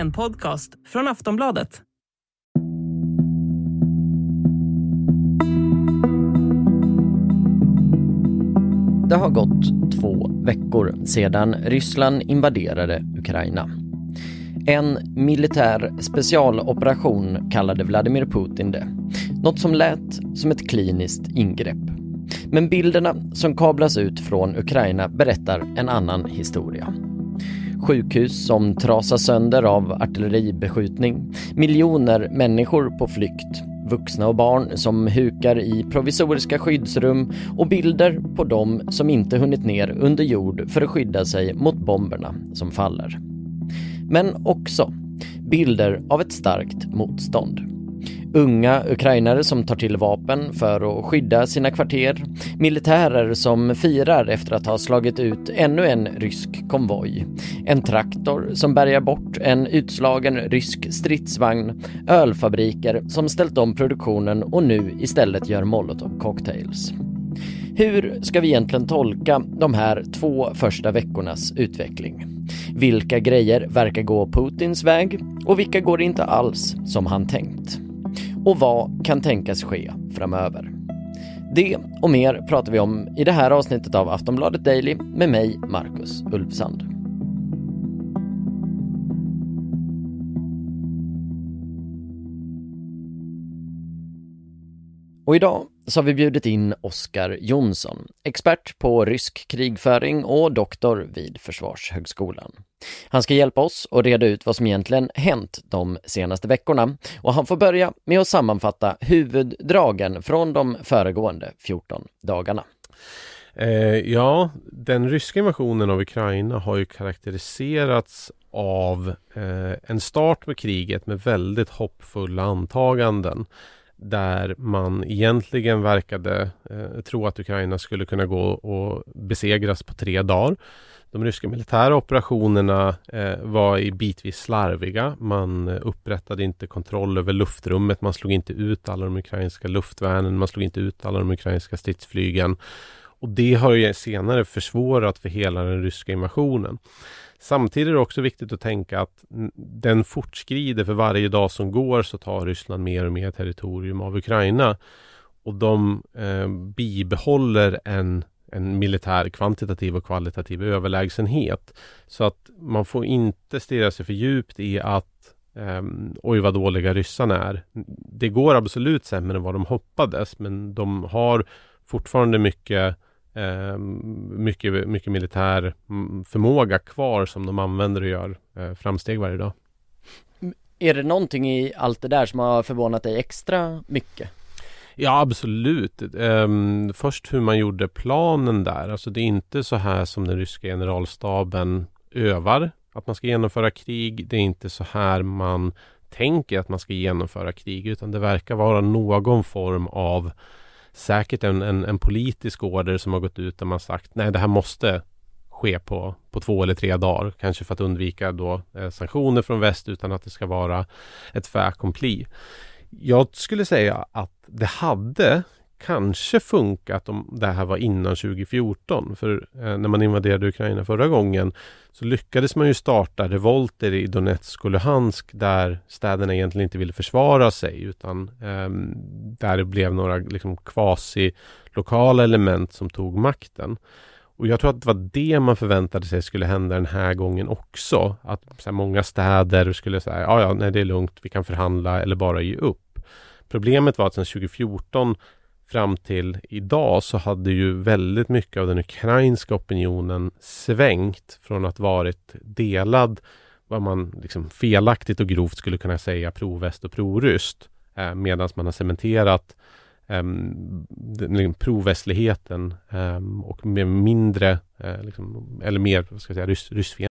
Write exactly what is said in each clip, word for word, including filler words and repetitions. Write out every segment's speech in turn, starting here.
en podcast från Aftonbladet. Det har gått två veckor sedan Ryssland invaderade Ukraina. En militär specialoperation kallade Vladimir Putin det. Något som lät som ett kliniskt ingrepp. Men bilderna som kablas ut från Ukraina berättar en annan historia. Sjukhus som trasas sönder av artilleribeskjutning, miljoner människor på flykt, vuxna och barn som hukar i provisoriska skyddsrum och bilder på dem som inte hunnit ner under jord för att skydda sig mot bomberna som faller. Men också bilder av ett starkt motstånd. Unga ukrainare som tar till vapen för att skydda sina kvarter. Militärer som firar efter att ha slagit ut ännu en rysk konvoj. En traktor som bärgar bort en utslagen rysk stridsvagn. Ölfabriker som ställt om produktionen och nu istället gör molotov cocktails. Hur ska vi egentligen tolka de här två första veckornas utveckling? Vilka grejer verkar gå Putins väg och vilka går inte alls som han tänkt? Och vad kan tänkas ske framöver? Det och mer pratar vi om i det här avsnittet av Aftonbladet Daily med mig, Marcus Ulfsand. Och idag så har vi bjudit in Oskar Jonsson, expert på rysk krigföring och doktor vid Försvarshögskolan. Han ska hjälpa oss att reda ut vad som egentligen hänt de senaste veckorna och han får börja med att sammanfatta huvuddragen från de föregående fjorton dagarna. Eh, ja, den ryska invasionen av Ukraina har ju karaktäriserats av eh, en start med kriget med väldigt hoppfulla antaganden. Där man egentligen verkade eh, tro att Ukraina skulle kunna gå och besegras på tre dagar. De ryska militära operationerna eh, var i bitvis slarviga. Man eh, upprättade inte kontroll över luftrummet. Man slog inte ut alla de ukrainska luftvärnen. Man slog inte ut alla de ukrainska stridsflygen. Och det har ju senare försvårat för hela den ryska invasionen. Samtidigt är det också viktigt att tänka att den fortskrider för varje dag som går så tar Ryssland mer och mer territorium av Ukraina. Och de eh, bibehåller en, en militär kvantitativ och kvalitativ överlägsenhet. Så att man får inte stirra sig för djupt i att eh, oj vad dåliga ryssarna är. Det går absolut sämre än vad de hoppades, men de har fortfarande mycket Eh, mycket, mycket militär förmåga kvar som de använder och gör eh, framsteg varje dag. Är det någonting i allt det där som har förvånat dig extra mycket? Ja, absolut. Eh, först hur man gjorde planen där. Alltså det är inte så här som den ryska generalstaben övar att man ska genomföra krig. Det är inte så här man tänker att man ska genomföra krig, utan det verkar vara någon form av säkert en, en, en politisk order som har gått ut där man sagt nej, det här måste ske på, på två eller tre dagar. Kanske för att undvika då, eh, sanktioner från väst utan att det ska vara ett fait accompli. Jag skulle säga att det hade kanske funkat om det här var innan tjugo fjorton. För eh, när man invaderade Ukraina förra gången så lyckades man ju starta revolter i Donetsk och Luhansk där städerna egentligen inte ville försvara sig, utan eh, där det blev några liksom, quasi-lokala element som tog makten. Och jag tror att det var det man förväntade sig skulle hända den här gången också. Att så här, många städer skulle säga ja, ja, nej, det är lugnt, vi kan förhandla eller bara ge upp. Problemet var att sedan tjugo fjorton fram till idag så hade ju väldigt mycket av den ukrainska opinionen svängt från att varit delad, vad man liksom felaktigt och grovt skulle kunna säga pro-väst och pro-ryst, eh, medan man har cementerat eh, den, pro-västligheten eh, och med mindre eh, liksom, eller mer, vad ska jag säga, rys, ryssfientlighet.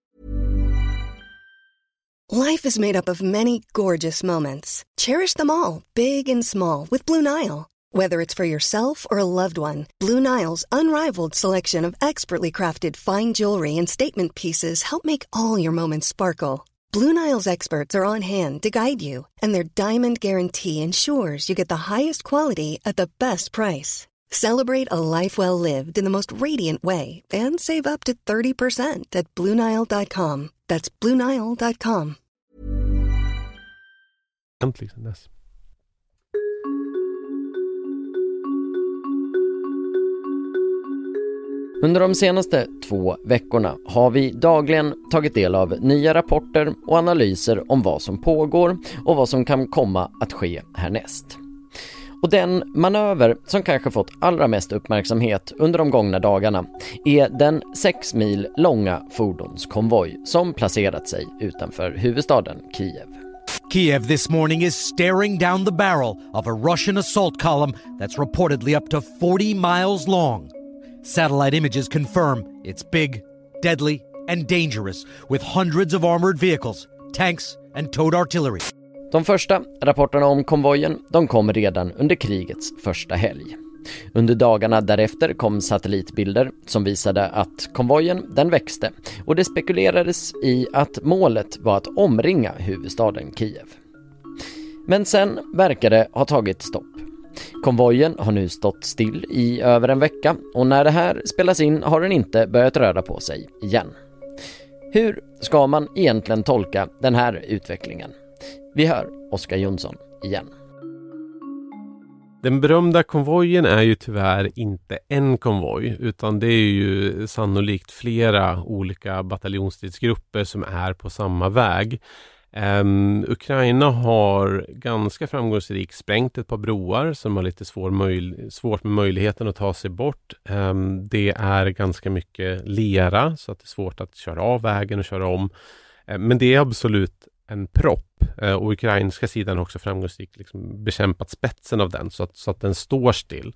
Life is made up of many gorgeous moments. Cherish them all, big and small, with Blue Nile. Whether it's for yourself or a loved one, Blue Nile's unrivaled selection of expertly crafted fine jewelry and statement pieces help make all your moments sparkle. Blue Nile's experts are on hand to guide you, and their diamond guarantee ensures you get the highest quality at the best price. Celebrate a life well lived in the most radiant way and save up to thirty percent at Blue Nile dot com. That's Blue Nile dot com. egentligen dess. Under de senaste två veckorna har vi dagligen tagit del av nya rapporter och analyser om vad som pågår och vad som kan komma att ske härnäst. Och den manöver som kanske fått allra mest uppmärksamhet under de gångna dagarna är den sex mil långa fordonskonvoj som placerat sig utanför huvudstaden Kiev. Kiev this morning is staring down the barrel of a Russian assault column that's reportedly up to forty miles long. Satellite images confirm it's big, deadly, and dangerous with hundreds of armored vehicles, tanks, and towed artillery. De första rapporterna om konvojen de kom redan under krigets första helg. Under dagarna därefter kom satellitbilder som visade att konvojen den växte och det spekulerades i att målet var att omringa huvudstaden Kiev. Men sen verkade ha tagit stopp. Konvojen har nu stått still i över en vecka och när det här spelas in har den inte börjat röra på sig igen. Hur ska man egentligen tolka den här utvecklingen? Vi hör Oskar Jonsson igen. Den berömda konvojen är ju tyvärr inte en konvoj utan det är ju sannolikt flera olika bataljonsstridsgrupper som är på samma väg. Um, Ukraina har ganska framgångsrikt sprängt ett par broar som har lite svår möj- svårt med möjligheten att ta sig bort. Um, det är ganska mycket lera så att det är svårt att köra av vägen och köra om. Um, men det är absolut en propp. Uh, och ukrainska sidan har också framgångsrikt liksom bekämpat spetsen av den så att, så att den står still.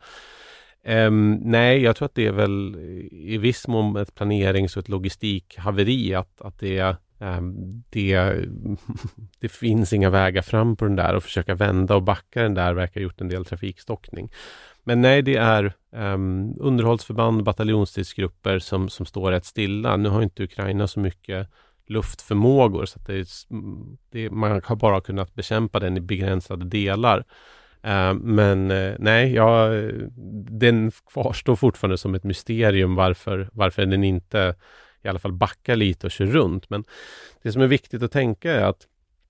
Um, nej, jag tror att det är väl i viss mån ett planerings- och ett logistikhaveri att, att det är Um, det, det finns inga vägar fram på den där och försöka vända och backa den där verkar ha gjort en del trafikstockning. Men nej, det är um, underhållsförband, bataljonsstridsgrupper som, som står rätt stilla. Nu har inte Ukraina så mycket luftförmågor så att det är, det, man har bara kunnat bekämpa den i begränsade delar. Uh, men uh, nej, ja, den kvarstår fortfarande som ett mysterium varför, varför den inte i alla fall backar lite och kör runt. Men det som är viktigt att tänka är att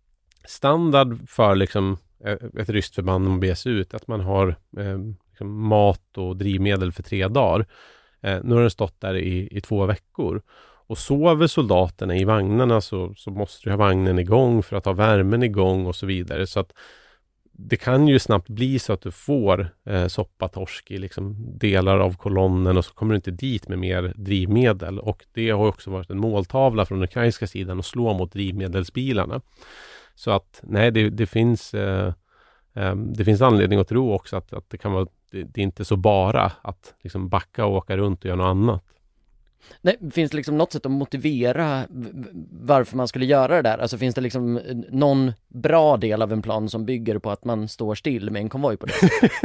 standard för liksom ett ryskt förband när man beger sig ut att man har eh, liksom mat och drivmedel för tre dagar. Eh, nu har den stått där i, i två veckor. Och sover soldaterna i vagnarna så, så måste du ha vagnen igång för att ha värmen igång och så vidare. Så att det kan ju snabbt bli så att du får eh, soppatorsk i liksom delar av kolonnen och så kommer du inte dit med mer drivmedel. Och det har också varit en måltavla från den ukrainska sidan att slå mot drivmedelsbilarna. Så att nej, det, det finns eh, eh, det finns anledning att tro också att, att det kan vara det, det är inte så bara att liksom backa och åka runt och göra något annat. Nej, finns det liksom något sätt att motivera varför man skulle göra det där? Alltså finns det liksom någon bra del av en plan som bygger på att man står still med en konvoj på det?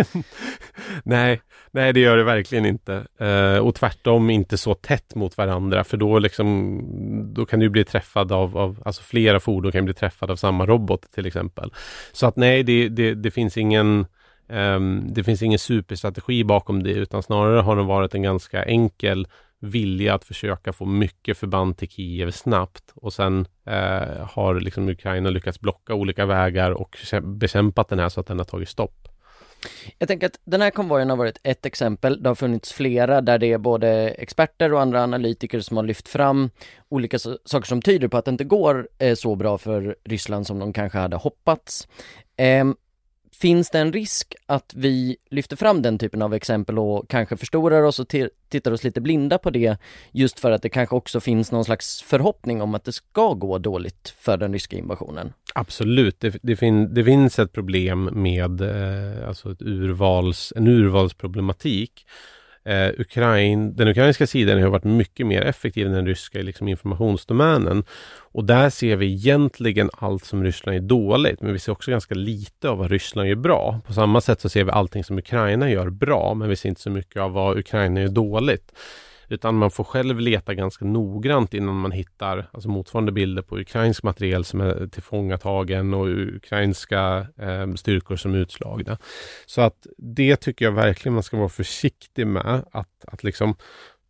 nej, nej, det gör det verkligen inte. Uh, och tvärtom inte så tätt mot varandra för då, liksom, då kan du bli träffad av, av alltså flera fordon kan bli träffade av samma robot till exempel. Så att nej, det, det, det finns ingen um, det finns ingen superstrategi bakom det utan snarare har det varit en ganska enkel vilja att försöka få mycket förband till Kiev snabbt och sen eh, har liksom Ukraina lyckats blocka olika vägar och bekämpat den här så att den har tagit stopp. Jag tänker att den här konvojen har varit ett exempel. Det har funnits flera där det är både experter och andra analytiker som har lyft fram olika so- saker som tyder på att det inte går eh, så bra för Ryssland som de kanske hade hoppats. Eh, Finns det en risk att vi lyfter fram den typen av exempel och kanske förstorar oss och t- tittar oss lite blinda på det just för att det kanske också finns någon slags förhoppning om att det ska gå dåligt för den ryska invasionen? Absolut, det, det, fin- det finns ett problem med eh, alltså ett urvals, en urvalsproblematik. Eh, Ukraina, den ukrainska sidan har varit mycket mer effektiv än den ryska i liksom informationsdomänen. Och där ser vi egentligen allt som Ryssland är dåligt. Men vi ser också ganska lite av vad Ryssland gör bra. På samma sätt så ser vi allting som Ukraina gör bra. Men vi ser inte så mycket av vad Ukraina gör dåligt. Utan man får själv leta ganska noggrant innan man hittar alltså motsvarande bilder på ukrainsk materiel som är tillfångatagen och ukrainska eh, styrkor som är utslagna. Så att det tycker jag verkligen man ska vara försiktig med. Att, att liksom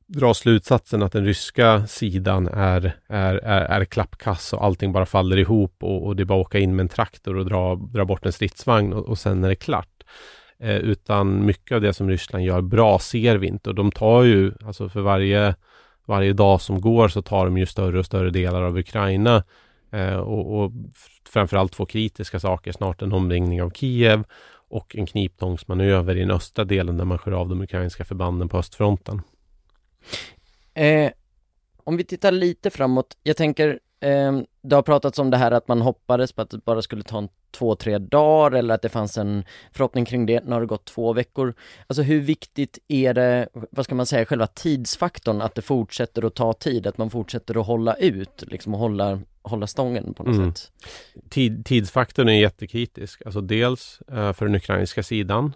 dra slutsatsen att den ryska sidan är, är, är, är klappkass och allting bara faller ihop och, och det är bara att åka in med en traktor och dra, dra bort en stridsvagn och, och sen är det klart. Eh, utan mycket av det som Ryssland gör bra ser vi inte, och de tar ju, alltså för varje, varje dag som går så tar de ju större och större delar av Ukraina, eh, och, och framförallt två kritiska saker, snart en omringning av Kiev och en kniptångsmanöver i den östra delen där man skär av de ukrainska förbanden på östfronten. Eh, om vi tittar lite framåt, jag tänker, eh, det har pratats om det här att man hoppades på att det bara skulle ta en två, tre dagar eller att det fanns en förhoppning kring det. Nu har det gått två veckor. Alltså hur viktigt är det, vad ska man säga, själva tidsfaktorn, att det fortsätter att ta tid, att man fortsätter att hålla ut, liksom att hålla, hålla stången på något mm. sätt? Tid, tidsfaktorn är jättekritisk. Alltså dels uh, för den ukrainska sidan.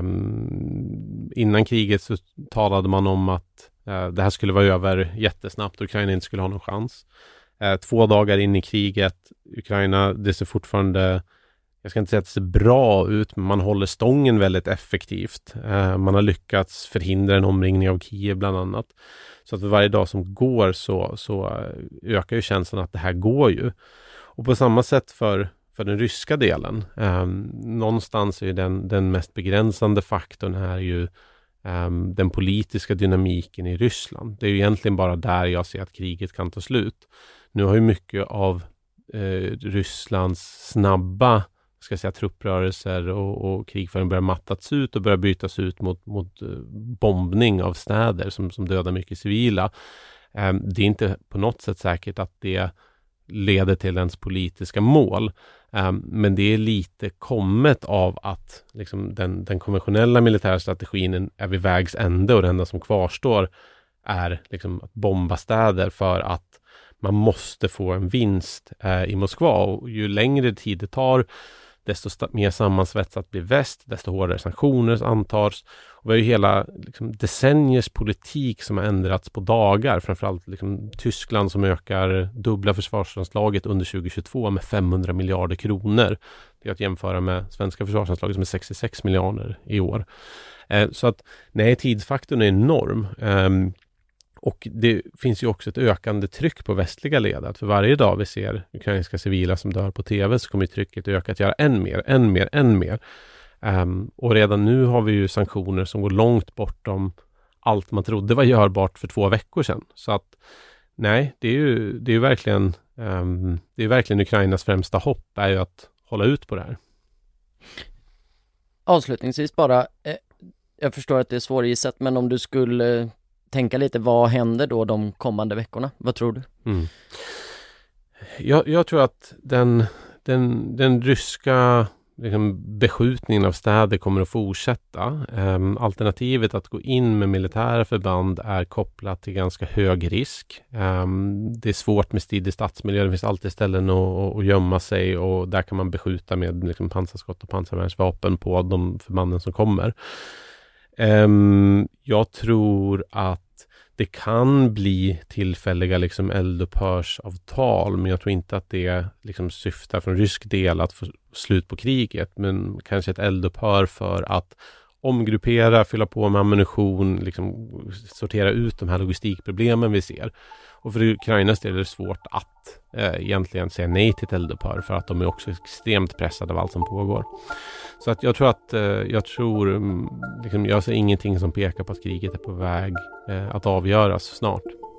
Um, innan kriget så talade man om att uh, det här skulle vara över jättesnabbt och Ukraina inte skulle ha någon chans. Uh, två dagar in i kriget, Ukraina, det ser fortfarande, jag ska inte säga att det ser bra ut, men man håller stången väldigt effektivt. Uh, man har lyckats förhindra en omringning av Kiev bland annat. Så att för varje dag som går så, så ökar ju känslan att det här går ju. Och på samma sätt för, för den ryska delen. Eh, någonstans är den, den mest begränsande faktorn här ju eh, den politiska dynamiken i Ryssland. Det är ju egentligen bara där jag ser att kriget kan ta slut. Nu har ju mycket av eh, Rysslands snabba, ska jag säga, trupprörelser och, och krigföring börjar mattats ut och börjar bytas ut mot, mot uh, bombning av städer som, som dödar mycket civila. Um, det är inte på något sätt säkert att det leder till ens politiska mål. Um, men det är lite kommet av att liksom, den, den konventionella militära strategin är vid vägs ände, och det enda som kvarstår är liksom, att bomba städer för att man måste få en vinst uh, i Moskva. Och ju längre tid det tar, desto st- mer sammansvetsat blir väst, desto hårdare sanktioner antas. Och vi har ju hela liksom, decenniers politik som har ändrats på dagar. Framförallt liksom, Tyskland som ökar dubbla försvarsanslaget under tjugohundratjugotvå med femhundra miljarder kronor. Det är att jämföra med svenska försvarsanslaget som är sextiosex miljarder i år. Eh, så att nej, tidsfaktorn är enorm. Eh, Och det finns ju också ett ökande tryck på västliga led. Att för varje dag vi ser ukrainska civila som dör på tv så kommer trycket öka att göra än mer, än mer, än mer. Um, och redan nu har vi ju sanktioner som går långt bortom allt man trodde var görbart för två veckor sedan. Så att nej, det är ju, det är ju verkligen, um, det är verkligen Ukrainas främsta hopp är ju att hålla ut på det här. Avslutningsvis bara, eh, jag förstår att det är svårgissat, men om du skulle eh, tänka lite, vad händer då de kommande veckorna? Vad tror du? Mm. Jag, jag tror att den, den, den ryska liksom, beskjutningen av städer kommer att fortsätta. Um, alternativet att gå in med militära förband är kopplat till ganska hög risk. Um, det är svårt med strid i stadsmiljö. Det finns alltid ställen att, att gömma sig, och där kan man beskjuta med liksom, pansarskott och pansarvärnsvapen på de förbanden som kommer. Um, jag tror att det kan bli tillfälliga liksom, eldupphörsavtal, men jag tror inte att det liksom, syftar från rysk del att få slut på kriget, men kanske ett eldupphör för att omgruppera, fylla på med ammunition, liksom, sortera ut de här logistikproblemen vi ser. Och för Ukrainas del är det svårt att eh, egentligen säga nej till ett eldupphör, för att de är också extremt pressade av allt som pågår. Så att jag tror att eh, jag tror liksom, jag ser ingenting som pekar på att kriget är på väg eh, att avgöras snart.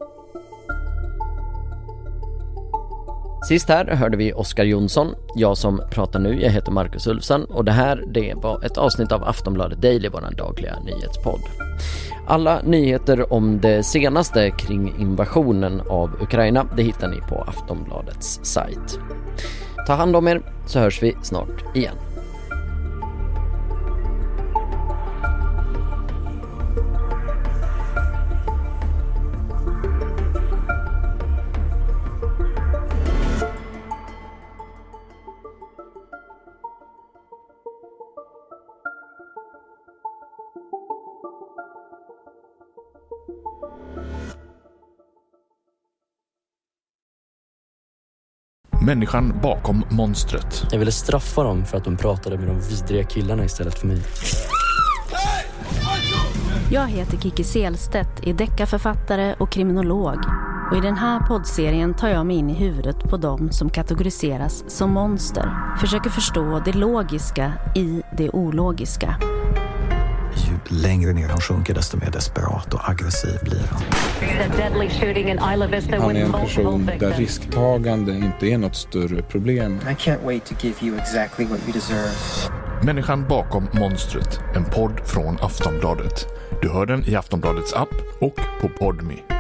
Sist här hörde vi Oskar Jonsson. Jag som pratar nu, jag heter Marcus Ulfsson, och det här det var ett avsnitt av Aftonbladet Daily, vår dagliga nyhetspodd. Alla nyheter om det senaste kring invasionen av Ukraina, det hittar ni på Aftonbladets sajt. Ta hand om er, så hörs vi snart igen. Människan bakom monstret. Jag ville straffa dem för att de pratade med de vidriga killarna istället för mig. Jag heter Kiki Selstedt, är deckarförfattare och kriminolog. Och i den här poddserien tar jag mig in i huvudet på dem som kategoriseras som monster. Försöker förstå det logiska i det ologiska. Ju längre ner han sjunker, desto mer desperat och aggressiv blir han. Han är en person där risktagande inte är något större problem. I can't wait to give you exactly what you deserve. Människan bakom monstret, en podd från Aftonbladet. Du hör den i Aftonbladets app och på Podme.